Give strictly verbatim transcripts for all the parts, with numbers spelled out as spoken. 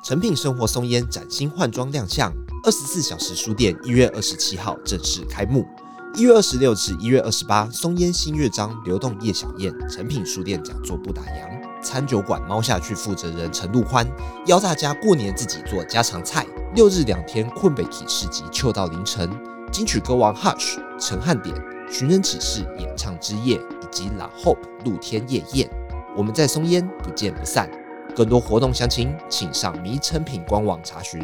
诚品生活松烟崭新换装亮相，二十四小时书店一月二十七号正式开幕。一月二十六至一月二十八，松烟新乐章流动夜小宴，诚品书店讲座不打烊。餐酒馆猫下去负责人陈陆欢邀大家过年自己做家常菜。六日两天困北体市集，秋到凌晨。金曲歌王 Hush、陈汉典、寻人启事演唱之夜，以及 La Hope 露天夜宴。我们在松烟不见不散。更多活动详情，请上迷诚品官网查询。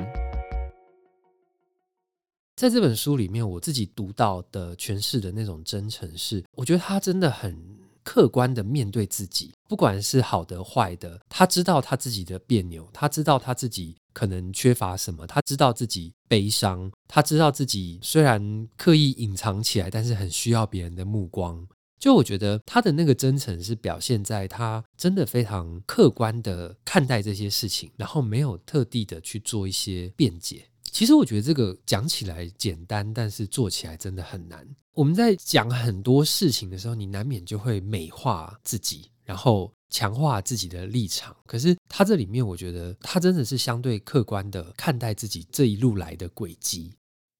在这本书里面，我自己读到的诠释的那种真诚是，我觉得他真的很客观的面对自己，不管是好的坏的，他知道他自己的别扭，他知道他自己可能缺乏什么，他知道自己悲伤，他知道自己虽然刻意隐藏起来，但是很需要别人的目光。就我觉得他的那个真诚是表现在他真的非常客观的看待这些事情，然后没有特地的去做一些辩解。其实我觉得这个讲起来简单，但是做起来真的很难。我们在讲很多事情的时候，你难免就会美化自己，然后强化自己的立场。可是他这里面我觉得他真的是相对客观的看待自己这一路来的轨迹。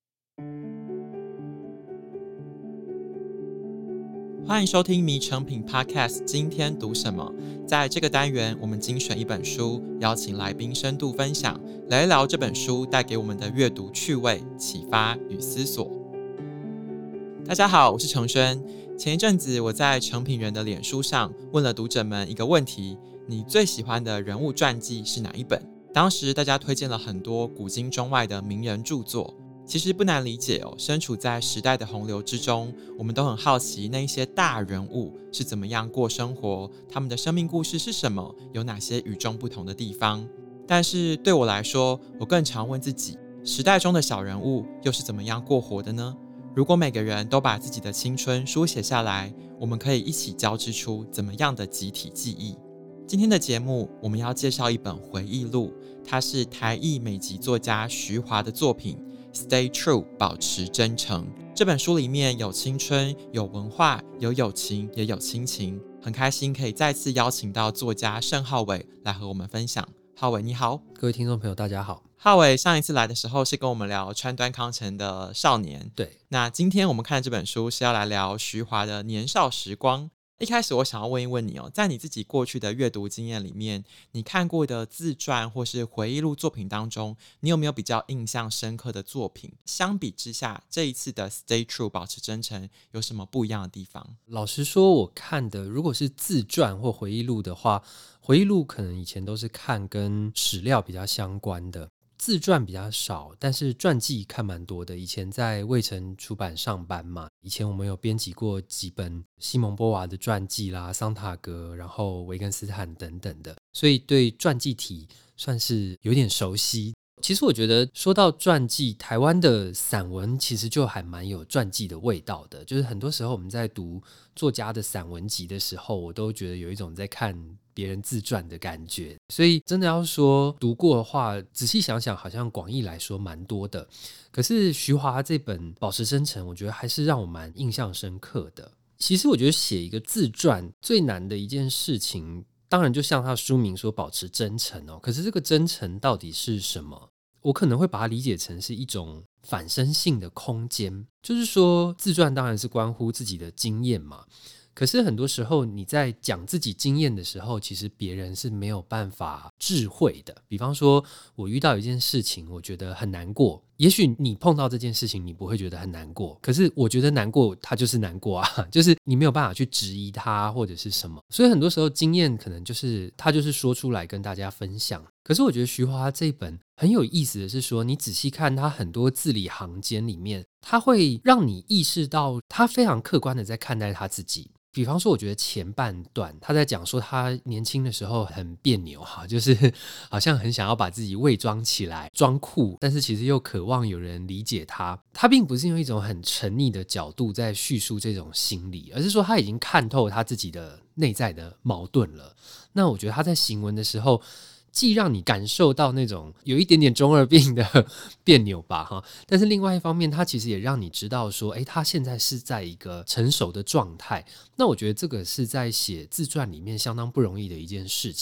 欢迎收听迷诚品 Podcast 今天读什么。在这个单元，我们精选一本书，邀请来宾深度分享，聊一聊这本书带给我们的阅读趣味、启发与思索。大家好，我是程轩。前一阵子我在诚品人的脸书上问了读者们一个问题：你最喜欢的人物传记是哪一本？当时大家推荐了很多古今中外的名人著作。其实不难理解哦，身处在时代的洪流之中，我们都很好奇那些大人物是怎么样过生活，他们的生命故事是什么，有哪些与众不同的地方。但是对我来说，我更常问自己，时代中的小人物又是怎么样过活的呢？如果每个人都把自己的青春书写下来，我们可以一起交织出怎么样的集体记忆。今天的节目我们要介绍一本回忆录，它是台裔美籍作家徐华的作品Stay True 保持真诚。这本书里面有青春，有文化，有友情，也有亲情。很开心可以再次邀请到作家盛浩伟来和我们分享。浩伟你好。 各位听众朋友大家好。 浩伟上一次来的时候是跟我们聊川端康成的少年， 对， 那今天我们看的这本书是要来聊徐华的年少时光。一开始我想要问一问你哦，在你自己过去的阅读经验里面，你看过的自传或是回忆录作品当中，你有没有比较印象深刻的作品？相比之下，这一次的 Stay True 保持真诚有什么不一样的地方？ 老实说，我看的如果是自传或回忆录的话，回忆录可能以前都是看跟史料比较相关的，自传比较少，但是传记看蛮多的。以前在卫城出版上班嘛，以前我们有编辑过几本西蒙波娃的传记啦，桑塔格，然后维根斯坦等等的，所以对传记体算是有点熟悉。其实我觉得说到传记，台湾的散文其实就还蛮有传记的味道的，就是很多时候我们在读作家的散文集的时候，我都觉得有一种在看别人自传的感觉。所以真的要说读过的话，仔细想想好像广义来说蛮多的。可是徐华这本保持真诚，我觉得还是让我蛮印象深刻的。其实我觉得写一个自传最难的一件事情，当然就像他的书名说保持真诚哦，可是这个真诚到底是什么？我可能会把它理解成是一种反身性的空间，就是说自传当然是关乎自己的经验嘛，可是很多时候你在讲自己经验的时候，其实别人是没有办法智慧的。比方说我遇到一件事情，我觉得很难过，也许你碰到这件事情你不会觉得很难过，可是我觉得难过它就是难过啊，就是你没有办法去质疑它或者是什么。所以很多时候经验可能就是他就是说出来跟大家分享。可是我觉得徐华这一本很有意思的是说，你仔细看他很多字里行间里面，他会让你意识到他非常客观的在看待他自己。比方说我觉得前半段他在讲说他年轻的时候很别扭，就是好像很想要把自己伪装起来装酷，但是其实又渴望有人理解他。他并不是用一种很沉溺的角度在叙述这种心理，而是说他已经看透他自己的内在的矛盾了。那我觉得他在行文的时候既让你感受到那种有一点点中二病的别扭吧哈，但是另外一方面他其实也让你知道说，诶，他现在是在一个成熟的状态。那我觉得这个是在写自传里面相当不容易的一件事情。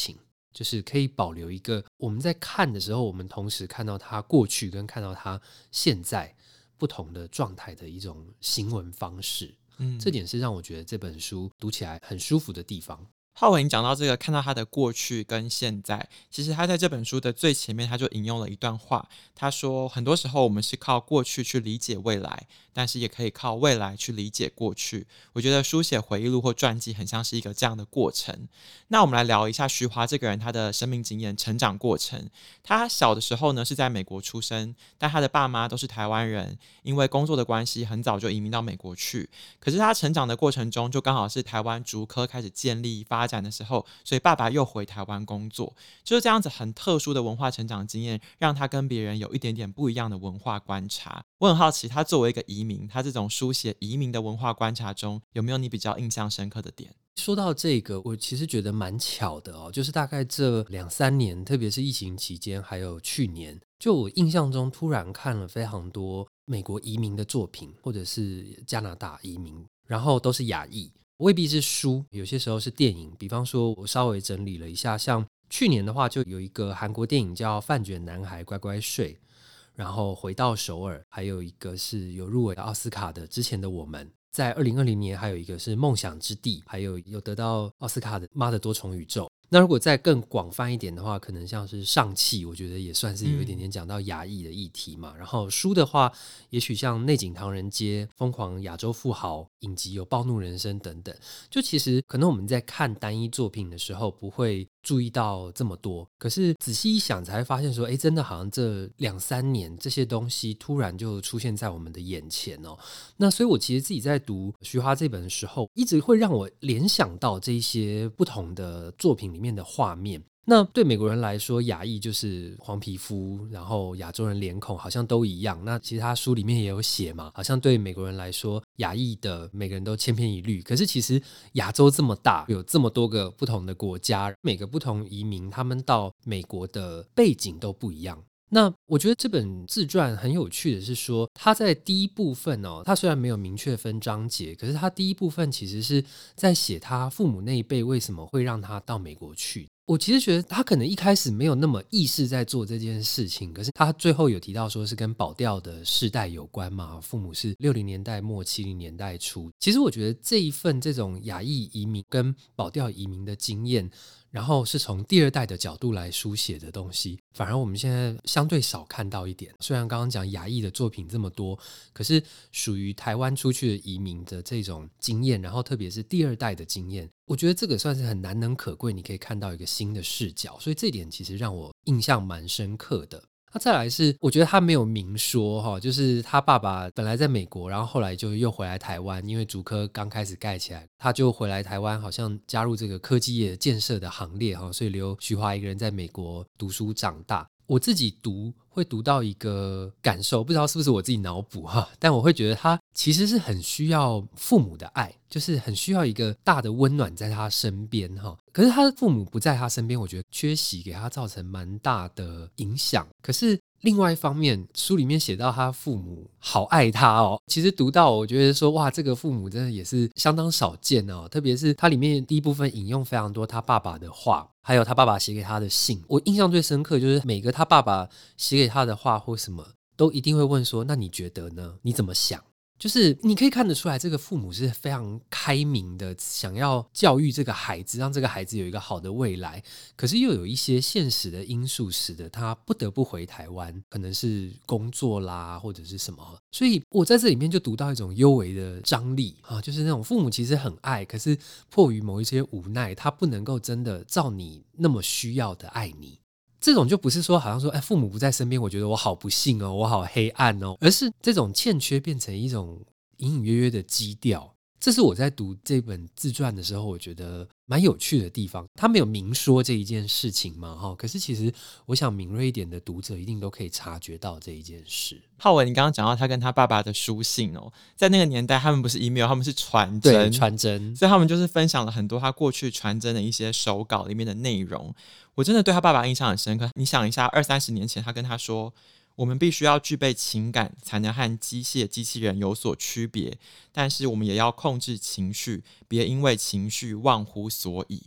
就是可以保留一个我们在看的时候，我们同时看到他过去跟看到他现在不同的状态的一种行文方式。嗯，这点是让我觉得这本书读起来很舒服的地方。 浩文，你讲到这个，看到他的过去跟现在，其实他在这本书的最前面他就引用了一段话，他说很多时候我们是靠过去去理解未来，但是也可以靠未来去理解过去。我觉得书写回忆录或传记很像是一个这样的过程。那我们来聊一下徐华这个人他的生命经验、成长过程。他小的时候呢是在美国出生，但他的爸妈都是台湾人，因为工作的关系很早就移民到美国去。可是他成长的过程中就刚好是台湾竹科开始建立发展的时候，所以爸爸又回台湾工作，就是这样子很特殊的文化成长经验，让他跟别人有一点点不一样的文化观察。我很好奇，他作为一个移民，他这种书写移民的文化观察中，有没有你比较印象深刻的点？ 说到这个，我其实觉得蛮巧的哦，就是大概这两三年，特别是疫情期间，还有去年，就我印象中突然看了非常多美国移民的作品，或者是加拿大移民，然后都是亚裔。未必是书，有些时候是电影。比方说我稍微整理了一下，像去年的话就有一个韩国电影叫《饭卷男孩乖乖睡》，然后回到首尔，还有一个是有入围奥斯卡的之前的我们，在二零二零年还有一个是梦想之地，还有有得到奥斯卡的妈的多重宇宙。那如果再更广泛一点的话，可能像是上汽，我觉得也算是有一点点讲到亚裔的议题嘛、嗯、然后书的话也许像内景唐人街、疯狂亚洲富豪、影集有暴怒人生等等，就其实可能我们在看单一作品的时候不会注意到这么多，可是仔细一想才会发现说，哎，真的好像这两三年这些东西突然就出现在我们的眼前哦。那所以我其实自己在读徐华这本的时候，一直会让我联想到这些不同的作品里面的画面。那对美国人来说，亚裔就是黄皮肤，然后亚洲人脸孔好像都一样。那其实他书里面也有写嘛，好像对美国人来说，亚裔的每个人都千篇一律。可是其实亚洲这么大，有这么多个不同的国家，每个不同移民他们到美国的背景都不一样。那我觉得这本自传很有趣的是说，他在第一部分哦，他虽然没有明确分章节，可是他第一部分其实是在写他父母那一辈为什么会让他到美国去。我其实觉得他可能一开始没有那么意识在做这件事情，可是他最后有提到说是跟保钓的世代有关嘛，父母是六零年代末七零年代初。其实我觉得这一份这种亚裔移民跟保钓移民的经验，然后是从第二代的角度来书写的东西，反而我们现在相对少看到一点。虽然刚刚讲亚裔的作品这么多，可是属于台湾出去的移民的这种经验，然后特别是第二代的经验，我觉得这个算是很难能可贵，你可以看到一个新的视角，所以这点其实让我印象蛮深刻的。那再来是我觉得他没有明说，就是他爸爸本来在美国，然后后来就又回来台湾，因为竹科刚开始盖起来，他就回来台湾，好像加入这个科技业建设的行列，所以留徐华一个人在美国读书长大。我自己读会读到一个感受，不知道是不是我自己脑补哈，但我会觉得他其实是很需要父母的爱，就是很需要一个大的温暖在他身边哈。可是他的父母不在他身边，我觉得缺席给他造成蛮大的影响。可是另外一方面，书里面写到他父母好爱他哦，其实读到我觉得说哇，这个父母真的也是相当少见哦。特别是他里面第一部分引用非常多他爸爸的话，还有他爸爸写给他的信。我印象最深刻就是每个他爸爸写给他的话或什么都一定会问说，那你觉得呢？你怎么想？就是你可以看得出来这个父母是非常开明的，想要教育这个孩子，让这个孩子有一个好的未来，可是又有一些现实的因素使得他不得不回台湾，可能是工作啦或者是什么。所以我在这里面就读到一种幽微的张力、啊、就是那种父母其实很爱，可是迫于某一些无奈，他不能够真的照你那么需要的爱你。这种就不是说好像说哎，父母不在身边我觉得我好不幸哦，我好黑暗哦，而是这种欠缺变成一种隐隐约约的基调。这是我在读这本自传的时候我觉得蛮有趣的地方。他没有明说这一件事情嘛，可是其实我想敏锐一点的读者一定都可以察觉到这一件事。 浩文，你刚刚讲到他跟他爸爸的书信哦，在那个年代他们不是 email， 他们是传真， 对，传真， 所以他们就是分享了很多他过去传真的一些手稿里面的内容。我真的对他爸爸印象很深刻。你想一下，二三十年前他跟他说，我们必须要具备情感才能和机械机器人有所区别，但是我们也要控制情绪，别因为情绪忘乎所以。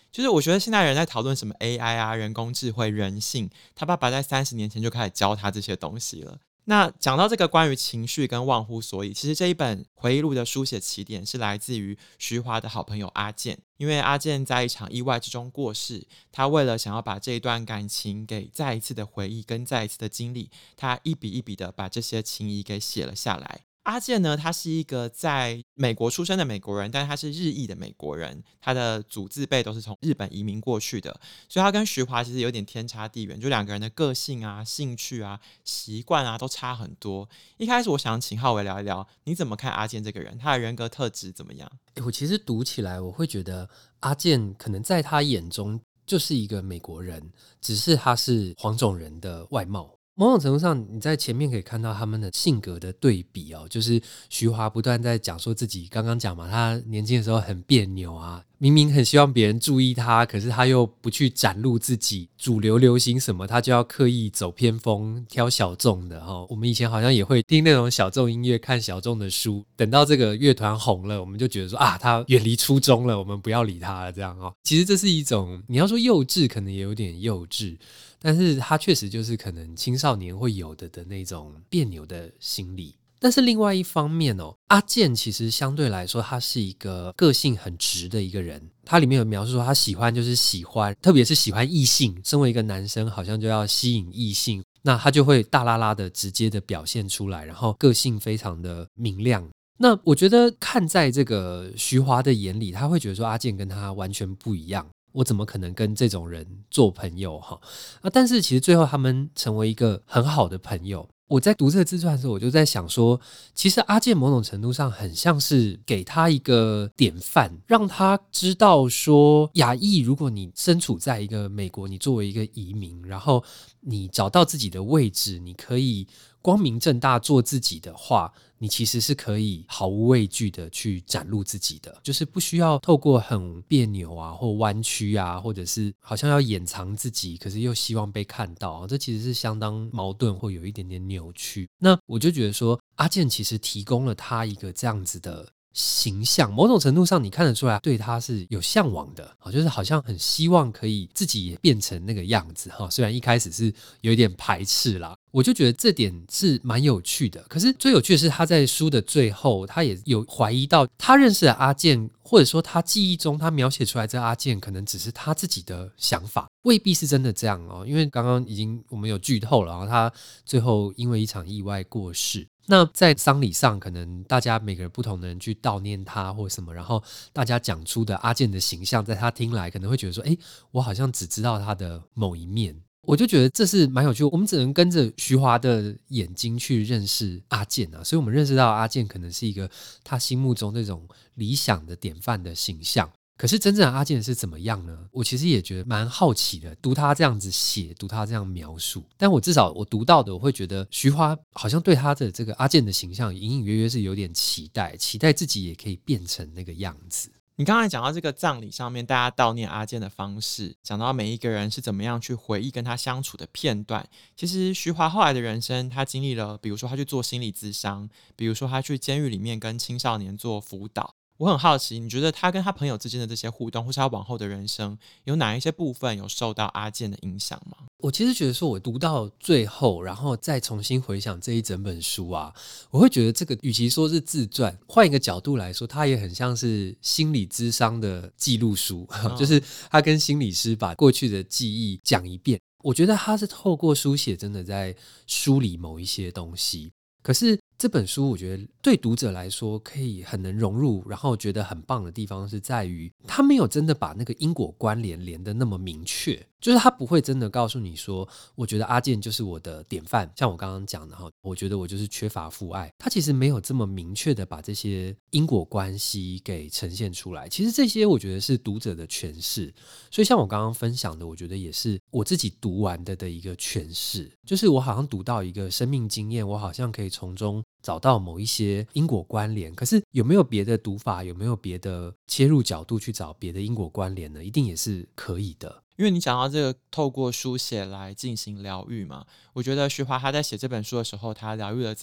就是我觉得现在人在讨论什么 A I 啊、人工智慧、人性，他爸爸在三十年前就开始教他这些东西了。那讲到这个关于情绪跟忘乎所以，其实这一本回忆录的书写起点是来自于徐华的好朋友阿健，因为阿健在一场意外之中过世，他为了想要把这一段感情给再一次的回忆跟再一次的经历，他一笔一笔的把这些情谊给写了下来。阿健呢，他是一个在美国出生的美国人，但是他是日裔的美国人，他的祖字辈都是从日本移民过去的，所以他跟徐华其实有点天差地远，就两个人的个性啊、兴趣啊、习惯啊都差很多。一开始我想请浩伟聊一聊，你怎么看阿健这个人，他的人格特质怎么样？ 欸、我其实读起来我会觉得阿健可能在他眼中就是一个美国人，只是他是黄种人的外貌。某种程度上你在前面可以看到他们的性格的对比哦，就是徐华不断在讲说自己刚刚讲嘛，他年轻的时候很别扭啊，明明很希望别人注意他，可是他又不去展露自己，主流流行什么他就要刻意走偏锋，挑小众的哦。我们以前好像也会听那种小众音乐，看小众的书，等到这个乐团红了，我们就觉得说啊，他远离初衷了，我们不要理他了这样哦。其实这是一种你要说幼稚可能也有点幼稚，但是他确实就是可能青少年会有的的那种别扭的心理。但是另外一方面哦，阿健其实相对来说他是一个个性很直的一个人，他里面有描述说他喜欢就是喜欢，特别是喜欢异性，身为一个男生好像就要吸引异性，那他就会大啦啦的直接的表现出来，然后个性非常的明亮。那我觉得看在这个徐华的眼里，他会觉得说阿健跟他完全不一样，我怎么可能跟这种人做朋友哈？啊，但是其实最后他们成为一个很好的朋友。我在读这个自传的时候，我就在想说，其实阿健某种程度上很像是给他一个典范，让他知道说，亚裔如果你身处在一个美国，你作为一个移民，然后你找到自己的位置，你可以光明正大做自己的话，你其实是可以毫无畏惧的去展露自己的，就是不需要透过很别扭啊或弯曲啊，或者是好像要掩藏自己，可是又希望被看到，这其实是相当矛盾或有一点点扭曲。那我就觉得说，阿健其实提供了他一个这样子的形象，某种程度上你看得出来对他是有向往的，就是好像很希望可以自己也变成那个样子，虽然一开始是有一点排斥啦，我就觉得这点是蛮有趣的。可是最有趣的是他在书的最后，他也有怀疑到他认识的阿健，或者说他记忆中他描写出来这阿健可能只是他自己的想法，未必是真的这样哦。因为刚刚已经我们有剧透了，他最后因为一场意外过世，那在丧礼上可能大家每个人不同的人去悼念他或什么，然后大家讲出的阿健的形象在他听来可能会觉得说，诶，我好像只知道他的某一面。我就觉得这是蛮有趣的，我们只能跟着徐华的眼睛去认识阿健啊，所以我们认识到阿健可能是一个他心目中那种理想的典范的形象。可是真正的阿健是怎么样呢？我其实也觉得蛮好奇的，读他这样子写，读他这样描述，但我至少我读到的，我会觉得徐华好像对他的这个阿健的形象隐隐约约是有点期待，期待自己也可以变成那个样子。 你刚才讲到这个葬礼上面大家悼念阿健的方式，讲到每一个人是怎么样去回忆跟他相处的片段，其实徐华后来的人生他经历了，比如说他去做心理咨商，比如说他去监狱里面跟青少年做辅导。我很好奇，你觉得他跟他朋友之间的这些互动，或是他往后的人生，有哪一些部分有受到阿健的影响吗？ 我其实觉得说，我读到最后，然后再重新回想这一整本书啊，我会觉得这个与其说是自传，换一个角度来说，它也很像是心理咨商的记录书，哦、就是他跟心理师把过去的记忆讲一遍。我觉得他是透过书写真的在梳理某一些东西，可是这本书我觉得对读者来说可以很能融入，然后觉得很棒的地方是在于他没有真的把那个因果关联连得那么明确，就是他不会真的告诉你说我觉得阿健就是我的典范，像我刚刚讲的，我觉得我就是缺乏父爱，他其实没有这么明确的把这些因果关系给呈现出来。其实这些我觉得是读者的诠释，所以像我刚刚分享的，我觉得也是我自己读完的的一个诠释，就是我好像读到一个生命经验，我好像可以从中找到某一些因果关联，可是有没有别的读法，有没有别的切入角度去找别的因果关联呢？一定也是可以的。 因为你讲到这个透过书写来进行疗愈嘛，我觉得徐华他在写这本书的时候，他疗愈了自己。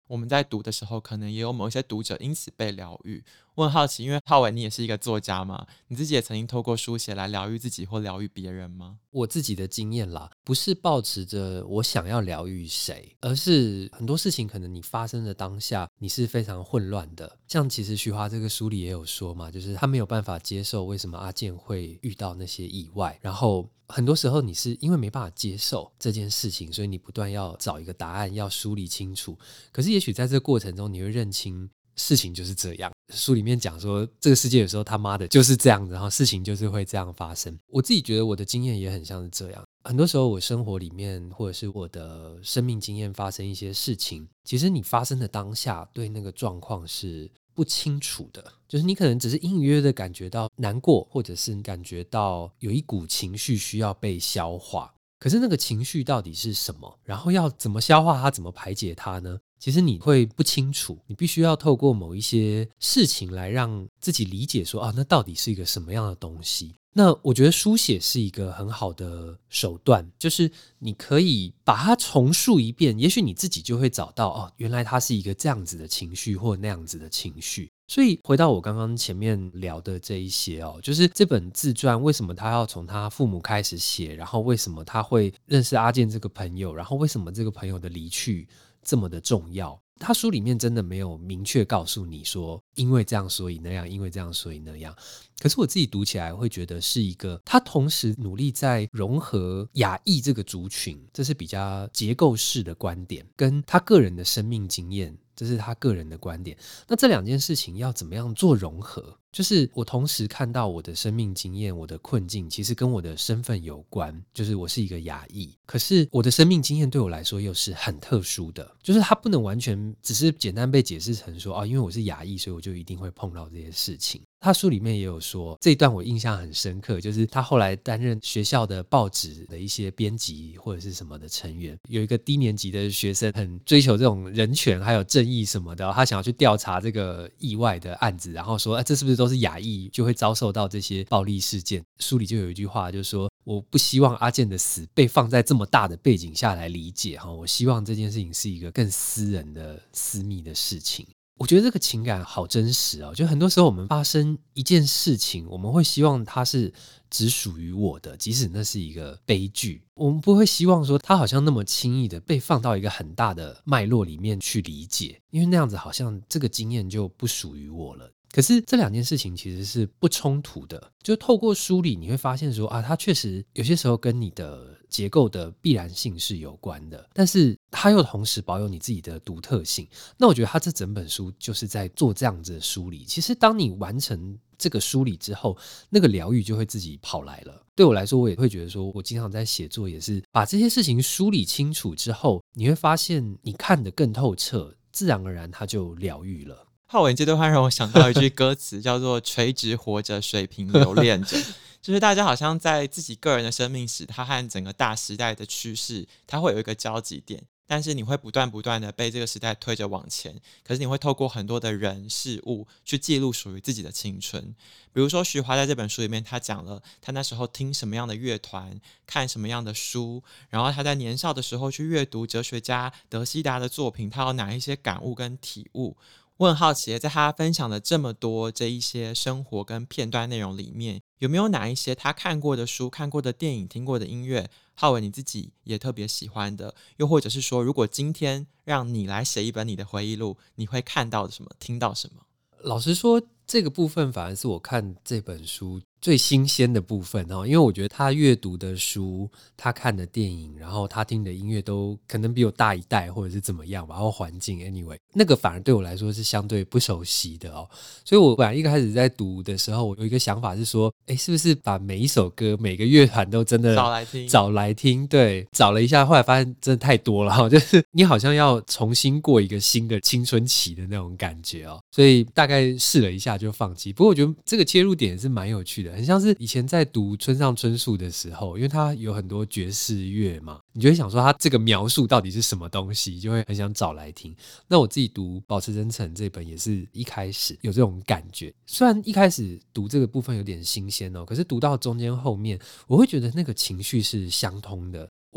我们在读的时候可能也有某一些读者因此被疗愈。我很好奇，因为浩伟你也是一个作家嘛，你自己也曾经透过书写来疗愈自己或疗愈别人吗？ 我自己的经验啦，不是抱持着我想要疗愈谁，而是很多事情可能你发生的当下你是非常混乱的。像其实徐华这个书里也有说嘛，就是他没有办法接受为什么阿健会遇到那些意外，然后很多时候你是因为没办法接受这件事情，所以你不断要找一个答案，要梳理清楚。可是也许在这个过程中你会认清事情就是这样，书里面讲说这个世界有时候他妈的就是这样，然后事情就是会这样发生。我自己觉得我的经验也很像是这样，很多时候我生活里面或者是我的生命经验发生一些事情，其实你发生的当下对那个状况是不清楚的，就是你可能只是隐隐约约的感觉到难过，或者是感觉到有一股情绪需要被消化，可是那个情绪到底是什么，然后要怎么消化它，怎么排解它呢？其实你会不清楚，你必须要透过某一些事情来让自己理解说啊，那到底是一个什么样的东西。那我觉得书写是一个很好的手段，就是你可以把它重述一遍，也许你自己就会找到哦，原来它是一个这样子的情绪或那样子的情绪。所以回到我刚刚前面聊的这一些哦，就是这本自传为什么他要从他父母开始写，然后为什么他会认识阿健这个朋友，然后为什么这个朋友的离去这么的重要，他书里面真的没有明确告诉你说因为这样所以那样，因为这样所以那样。可是我自己读起来会觉得是一个他同时努力在融合亚裔这个族群，这是比较结构式的观点，跟他个人的生命经验，这是他个人的观点。那这两件事情要怎么样做融合，就是我同时看到我的生命经验，我的困境其实跟我的身份有关，就是我是一个亚裔，可是我的生命经验对我来说又是很特殊的，就是它不能完全只是简单被解释成说啊，因为我是亚裔所以我就一定会碰到这些事情。他书里面也有说，这一段我印象很深刻，就是他后来担任学校的报纸的一些编辑或者是什么的成员，有一个低年级的学生很追求这种人权还有正义什么的，他想要去调查这个意外的案子，然后说、啊、这是不是都是亚裔就会遭受到这些暴力事件。书里就有一句话就是说，我不希望阿健的死被放在这么大的背景下来理解，我希望这件事情是一个更私人的私密的事情。我觉得这个情感好真实哦，就很多时候我们发生一件事情，我们会希望它是只属于我的，即使那是一个悲剧，我们不会希望说它好像那么轻易的被放到一个很大的脉络里面去理解，因为那样子好像这个经验就不属于我了。可是这两件事情其实是不冲突的，就透过梳理你会发现说啊，它确实有些时候跟你的结构的必然性是有关的，但是它又同时保有你自己的独特性。那我觉得它这整本书就是在做这样子的梳理。其实当你完成这个梳理之后，那个疗愈就会自己跑来了。对我来说，我也会觉得说，我经常在写作也是把这些事情梳理清楚之后，你会发现你看得更透彻，自然而然它就疗愈了。 浩文这段话让我想到一句歌词叫做垂直活着，水平留恋着就是大家好像在自己个人的生命史，它和整个大时代的趋势它会有一个交集点，但是你会不断不断的被这个时代推着往前，可是你会透过很多的人事物去记录属于自己的青春。比如说徐华在这本书里面，他讲了他那时候听什么样的乐团，看什么样的书，然后他在年少的时候去阅读哲学家德希达的作品，他有哪一些感悟跟体悟。我很好奇，在他分享了这么多这一些生活跟片段内容里面，有没有哪一些他看过的书、看过的电影、听过的音乐，浩文你自己也特别喜欢的？又或者是说，如果今天让你来写一本你的回忆录，你会看到什么，听到什么？ 老实说，这个部分反而是我看这本书最新鲜的部分哦，因为我觉得他阅读的书、他看的电影，然后他听的音乐都可能比我大一代，或者是怎么样吧，然后环境 anyway 那个反而对我来说是相对不熟悉的哦。所以我本来一开始在读的时候，我有一个想法是说，哎，是不是把每一首歌、每个乐团都真的找来听？ 找来听，对，找了一下，后来发现真的太多了，就是你好像要重新过一个新的青春期的那种感觉哦。所以大概试了一下就放弃。不过我觉得这个切入点也是蛮有趣的，很像是以前在读村上春树的时候，因为他有很多爵士乐嘛，你就会想说他这个描述到底是什么东西，就会很想找来听。那我自己读《保持真诚》这本也是一开始有这种感觉，虽然一开始读这个部分有点新鲜哦，可是读到中间后面，我会觉得那个情绪是相通的。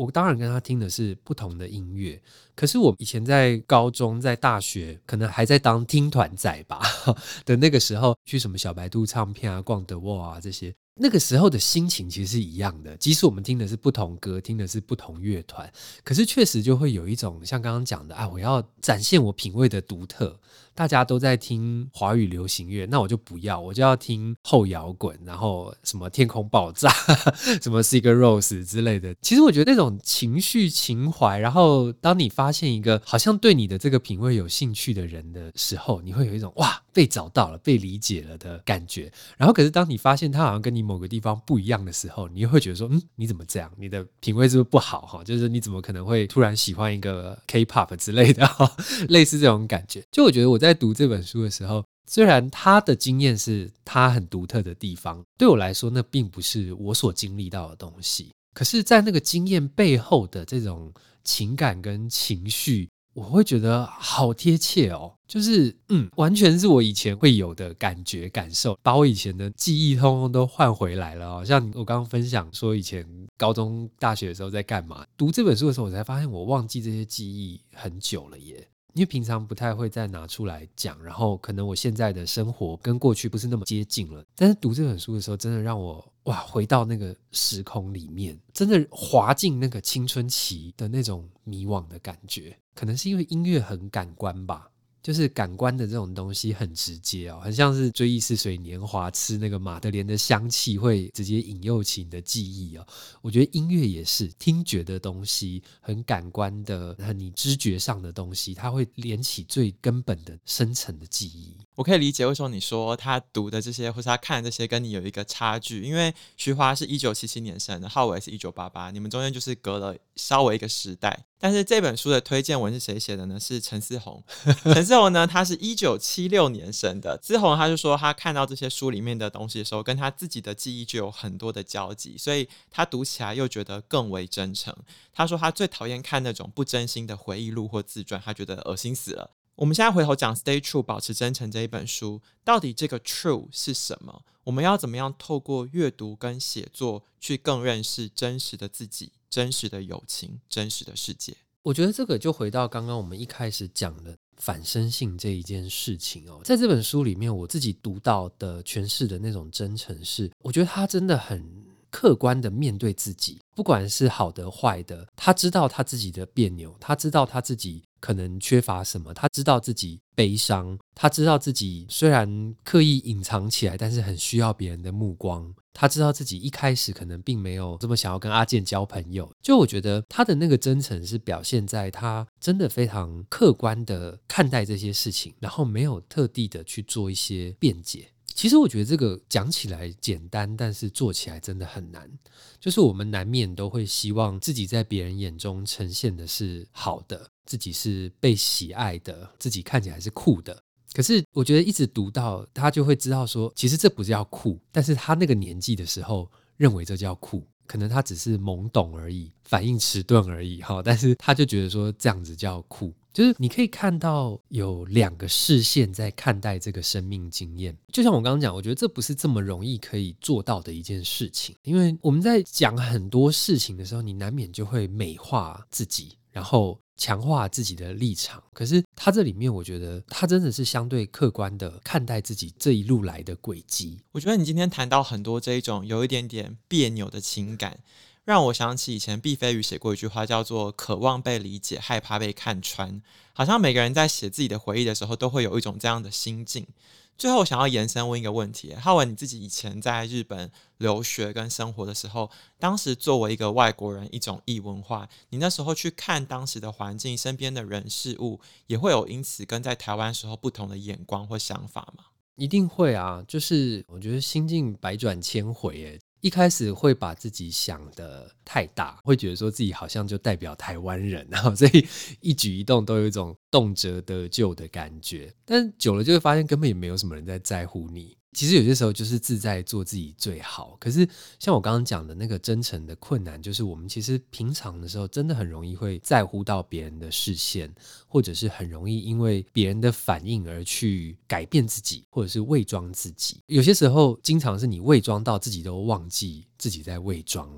我当然跟他听的是不同的音乐，可是我以前在高中在大学可能还在当听团仔吧的那个时候，去什么小白兔唱片啊逛德沃啊这些，那个时候的心情其实是一样的，即使我们听的是不同歌，听的是不同乐团，可是确实就会有一种像刚刚讲的啊，我要展现我品味的独特，大家都在听华语流行乐，那我就不要，我就要听后摇滚，然后什么天空爆炸什么 Sigur Rós 之类的。其实我觉得那种情绪情怀，然后当你发现一个好像对你的这个品味有兴趣的人的时候，你会有一种哇被找到了被理解了的感觉。然后可是当你发现他好像跟你某个地方不一样的时候，你又会觉得说嗯你怎么这样，你的品味是不是不好，就是你怎么可能会突然喜欢一个 K-pop 之类的类似这种感觉。就我觉得我在读这本书的时候，虽然他的经验是他很独特的地方，对我来说那并不是我所经历到的东西，可是在那个经验背后的这种情感跟情绪，我会觉得好贴切哦，就是嗯，完全是我以前会有的感觉感受，把我以前的记忆通通都换回来了哦。像我刚刚分享说以前高中大学的时候在干嘛，读这本书的时候我才发现我忘记这些记忆很久了耶，因为平常不太会再拿出来讲，然后可能我现在的生活跟过去不是那么接近了，但是读这本书的时候真的让我哇回到那个时空里面，真的滑进那个青春期的那种迷惘的感觉。可能是因为音乐很感官吧，就是感官的这种东西很直接哦，很像是追忆似水年华，吃那个马德莲的香气会直接引诱起你的记忆哦。我觉得音乐也是听觉的东西，很感官的很你知觉上的东西，它会连起最根本的深层的记忆。 我可以理解为什么你说他读的这些或是他看的这些跟你有一个差距，因为徐华是一九七七年生的，浩伟是一九八八，你们中间就是隔了稍微一个时代。但是这本书的推荐文是谁写的呢？是陈思宏。陈思宏呢，他是一九七六年生的。思宏他就说，他看到这些书里面的东西的时候，跟他自己的记忆就有很多的交集，所以他读起来又觉得更为真诚。他说他最讨厌看那种不真心的回忆录或自传，他觉得恶心死了。我们现在回头讲 Stay True 保持真诚这一本书，到底这个 True 是什么？我们要怎么样透过阅读跟写作去更认识真实的自己、真实的友情、真实的世界？ 我觉得这个就回到刚刚我们一开始讲的反身性这一件事情哦，在这本书里面我自己读到的诠释的那种真诚是，我觉得他真的很客观的面对自己，不管是好的坏的，他知道他自己的别扭，他知道他自己可能缺乏什么，他知道自己悲伤，他知道自己虽然刻意隐藏起来，但是很需要别人的目光，他知道自己一开始可能并没有这么想要跟阿健交朋友。就我觉得他的那个真诚是表现在他真的非常客观的看待这些事情，然后没有特地的去做一些辩解。其实我觉得这个讲起来简单，但是做起来真的很难。就是我们难免都会希望自己在别人眼中呈现的是好的，自己是被喜爱的，自己看起来是酷的。可是我觉得一直读到他就会知道说，其实这不叫酷，但是他那个年纪的时候认为这叫酷，可能他只是懵懂而已，反应迟钝而已，但是他就觉得说这样子叫酷。就是你可以看到有两个视线在看待这个生命经验，就像我刚刚讲，我觉得这不是这么容易可以做到的一件事情，因为我们在讲很多事情的时候，你难免就会美化自己，然后强化自己的立场。可是他这里面我觉得他真的是相对客观的看待自己这一路来的轨迹。 我觉得你今天谈到很多这一种有一点点别扭的情感，让我想起以前毕飞宇写过一句话，叫做渴望被理解，害怕被看穿。好像每个人在写自己的回忆的时候都会有一种这样的心境。最后我想要延伸问一个问题，浩文，你自己以前在日本留学跟生活的时候，当时作为一个外国人，一种异文化，你那时候去看当时的环境，身边的人事物，也会有因此跟在台湾时候不同的眼光或想法吗？ 一定会啊，就是我觉得心境百转千回耶。一开始会把自己想的太大，会觉得说自己好像就代表台湾人，然后所以一举一动都有一种动辄得咎的感觉。但久了就会发现根本也没有什么人在在乎你。其实有些时候就是自在做自己最好。可是像我刚刚讲的那个真诚的困难，就是我们其实平常的时候真的很容易会在乎到别人的视线，或者是很容易因为别人的反应而去改变自己，或者是伪装自己。有些时候经常是你伪装到自己都忘记自己在伪装了。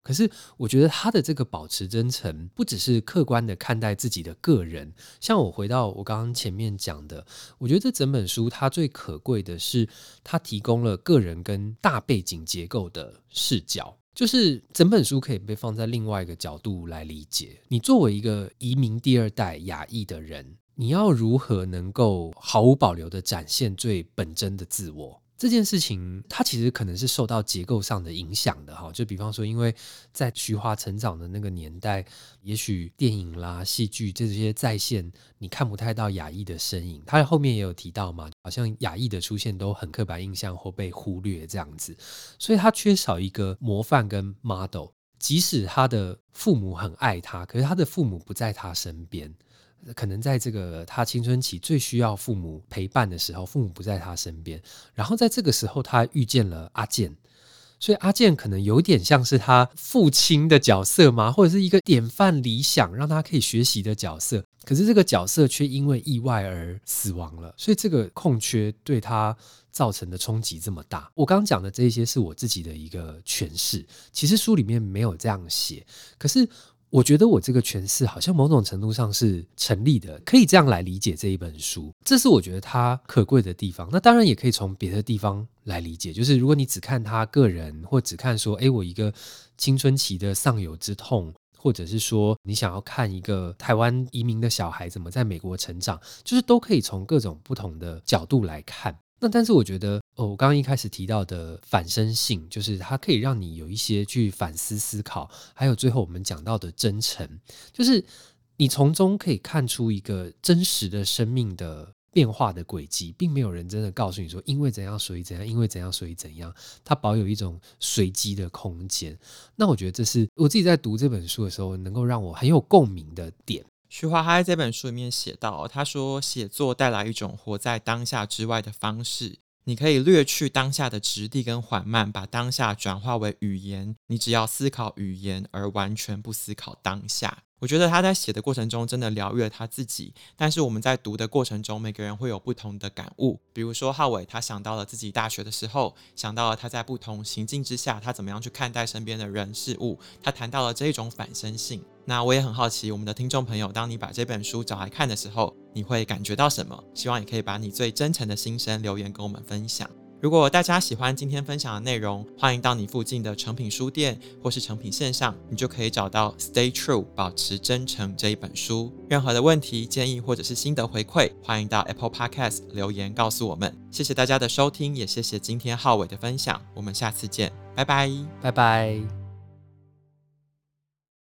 可是我觉得他的这个保持真诚，不只是客观的看待自己的个人，像我回到我刚刚前面讲的，我觉得这整本书它最可贵的是它提供了个人跟大背景结构的视角，就是整本书可以被放在另外一个角度来理解。你作为一个移民第二代亚裔的人，你要如何能够毫无保留的展现最本真的自我，这件事情它其实可能是受到结构上的影响的，就比方说因为在徐华成长的那个年代，也许电影啦戏剧这些在线你看不太到亚裔的身影，他后面也有提到嘛，好像亚裔的出现都很刻板印象或被忽略这样子，所以他缺少一个模范跟 model， 即使他的父母很爱他，可是他的父母不在他身边，可能在这个他青春期最需要父母陪伴的时候，父母不在他身边，然后在这个时候他遇见了阿健，所以阿健可能有点像是他父亲的角色嘛，或者是一个典范理想让他可以学习的角色，可是这个角色却因为意外而死亡了，所以这个空缺对他造成的冲击这么大。我刚刚讲的这些是我自己的一个诠释，其实书里面没有这样写，可是我觉得我这个诠释好像某种程度上是成立的，可以这样来理解这一本书，这是我觉得它可贵的地方。那当然也可以从别的地方来理解，就是如果你只看他个人，或只看说诶我一个青春期的丧友之痛，或者是说你想要看一个台湾移民的小孩怎么在美国成长，就是都可以从各种不同的角度来看。那但是我觉得、哦、我刚刚一开始提到的反身性，就是它可以让你有一些去反思思考，还有最后我们讲到的真诚，就是你从中可以看出一个真实的生命的变化的轨迹，并没有人真的告诉你说因为怎样所以怎样，因为怎样所以怎样，它保有一种随机的空间。那我觉得这是我自己在读这本书的时候能够让我很有共鸣的点。 徐华他在这本书里面写到，他说写作带来一种活在当下之外的方式，你可以略去当下的质地跟缓慢，把当下转化为语言，你只要思考语言而完全不思考当下。我觉得他在写的过程中真的疗愈了他自己，但是我们在读的过程中每个人会有不同的感悟，比如说浩伟他想到了自己大学的时候，想到了他在不同情境之下他怎么样去看待身边的人事物，他谈到了这一种反身性。那我也很好奇我们的听众朋友，当你把这本书找来看的时候，你会感觉到什么？希望也可以把你最真诚的心声留言跟我们分享。如果大家喜欢今天分享的内容，欢迎到你附近的诚品书店或是诚品线上，你就可以找到 Stay True 保持真诚这一本书。任何的问题建议或者是心得回馈，欢迎到 Apple Podcast 留言告诉我们。谢谢大家的收听，也谢谢今天浩伟的分享，我们下次见，拜拜拜拜。